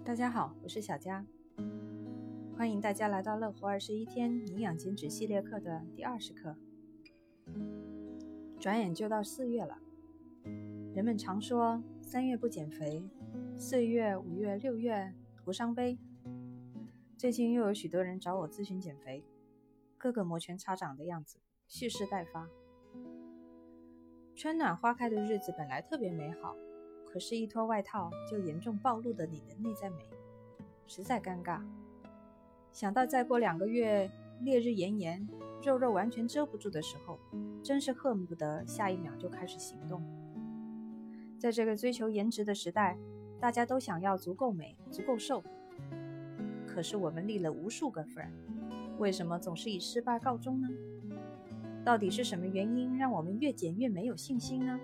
大家好，我是小佳，欢迎大家来到乐活21天营养减脂系列课的第20课。转眼就到4月了，人们常说3月不减肥，4月、5月、6月徒伤悲。最近又有许多人找我咨询减肥，个个摩拳擦掌的样子，蓄势待发。春暖花开的日子本来特别美好，可是一脱外套就严重暴露了你的内在美，实在尴尬。想到再过2个月烈日炎炎，肉肉完全遮不住的时候，真是恨不得下一秒就开始行动。在这个追求颜值的时代，大家都想要足够美、足够瘦，可是我们立了无数个 flag， 为什么总是以失败告终呢？到底是什么原因让我们越减越没有信心呢？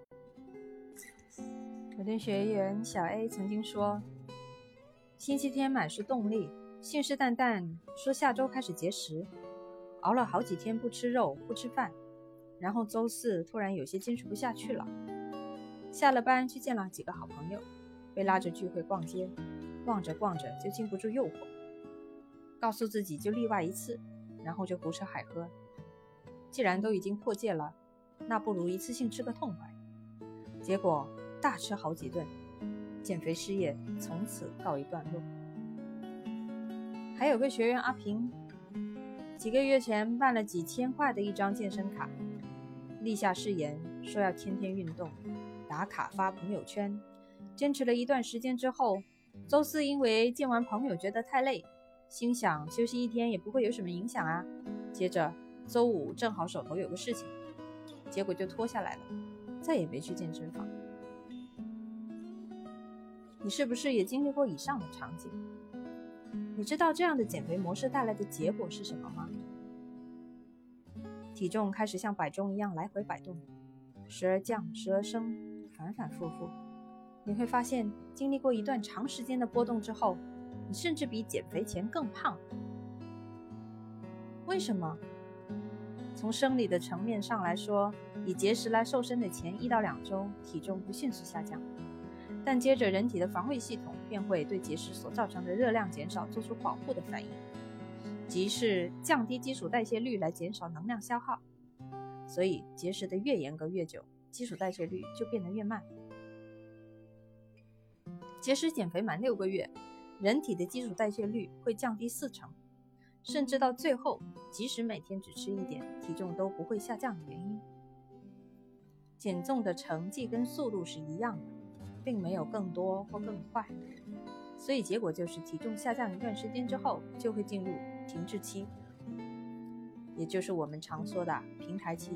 我的学员小 A 曾经说，星期天满是动力，信誓旦旦说下周开始节食，熬了好几天不吃肉不吃饭，然后周四突然有些坚持不下去了，下了班去见了几个好朋友，被拉着聚会逛街，逛着逛着就禁不住诱惑，告诉自己就例外一次，然后就胡吃海喝。既然都已经破戒了，那不如一次性吃个痛快。结果大吃好几顿，减肥事业从此告一段落。还有个学员阿平，几个月前办了几千块的一张健身卡，立下誓言说要天天运动，打卡发朋友圈，坚持了一段时间之后，周四因为见完朋友觉得太累，心想休息一天也不会有什么影响啊，接着周五正好手头有个事情，结果就拖下来了，再也没去健身房。你是不是也经历过以上的场景？你知道这样的减肥模式带来的结果是什么吗？体重开始像摆钟一样来回摆动，时而降时而升，反反复复。你会发现经历过一段长时间的波动之后，你甚至比减肥前更胖。为什么？从生理的层面上来说，以节食来瘦身的前1到2周，体重会迅速下降，但接着人体的防卫系统便会对节食所造成的热量减少做出保护的反应，即是降低基础代谢率来减少能量消耗。所以节食的越严格越久，基础代谢率就变得越慢。节食减肥满6个月，人体的基础代谢率会降低40%，甚至到最后即使每天只吃一点，体重都不会下降的原因。减重的成绩跟速度是一样的，并没有更多或更快，所以结果就是体重下降一段时间之后就会进入停滞期，也就是我们常说的平台期。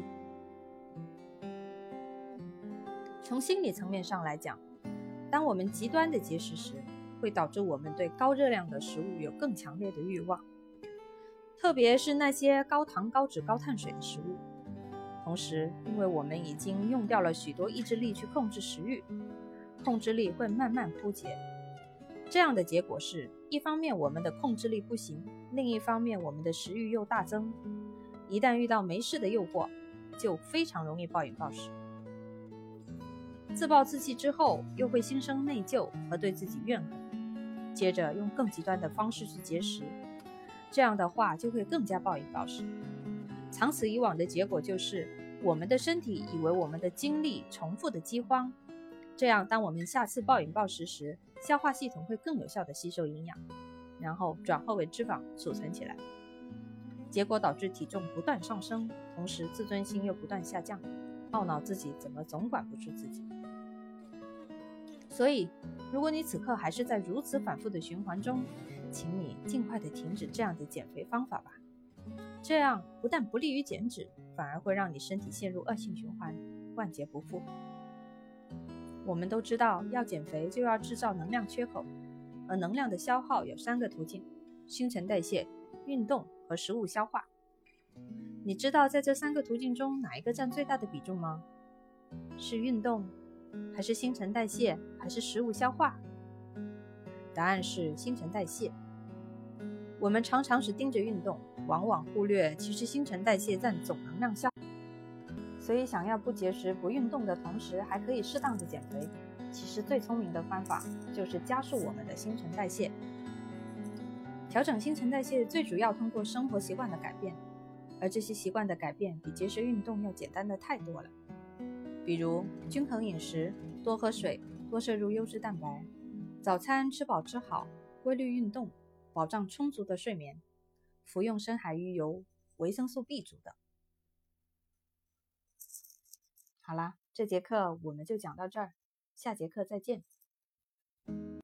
从心理层面上来讲，当我们极端的节食时，会导致我们对高热量的食物有更强烈的欲望，特别是那些高糖、高脂、高碳水的食物。同时，因为我们已经用掉了许多意志力去控制食欲，控制力会慢慢枯竭。这样的结果是，一方面我们的控制力不行，另一方面我们的食欲又大增。一旦遇到没事的诱惑，就非常容易暴饮暴食。自暴自弃之后，又会心生内疚和对自己怨恨，接着用更极端的方式去节食，这样的话就会更加暴饮暴食。长此以往的结果就是，我们的身体以为我们的精力重复的饥荒，这样当我们下次暴饮暴食时，消化系统会更有效的吸收营养，然后转化为脂肪储存起来，结果导致体重不断上升，同时自尊心又不断下降，懊恼自己怎么总管不住自己。所以如果你此刻还是在如此反复的循环中，请你尽快的停止这样的减肥方法吧。这样不但不利于减脂，反而会让你身体陷入恶性循环，万劫不复。我们都知道，要减肥就要制造能量缺口，而能量的消耗有3个途径：新陈代谢、运动和食物消化。你知道在这3个途径中哪一个占最大的比重吗？是运动，还是新陈代谢，还是食物消化？答案是新陈代谢。我们常常只盯着运动，往往忽略其实新陈代谢占总能量消耗。所以想要不节食不运动的同时还可以适当的减肥， 其实最聪明的方法就是加速我们的新陈代谢。调整新陈代谢最主要通过生活习惯的改变，而这些习惯的改变比节食运动要简单的太多了。比如均衡饮食，多喝水，多摄入优质蛋白，早餐吃饱吃好，规律运动，保障充足的睡眠，服用深海鱼油、维生素 B 族等。好啦，这节课我们就讲到这儿，下节课再见。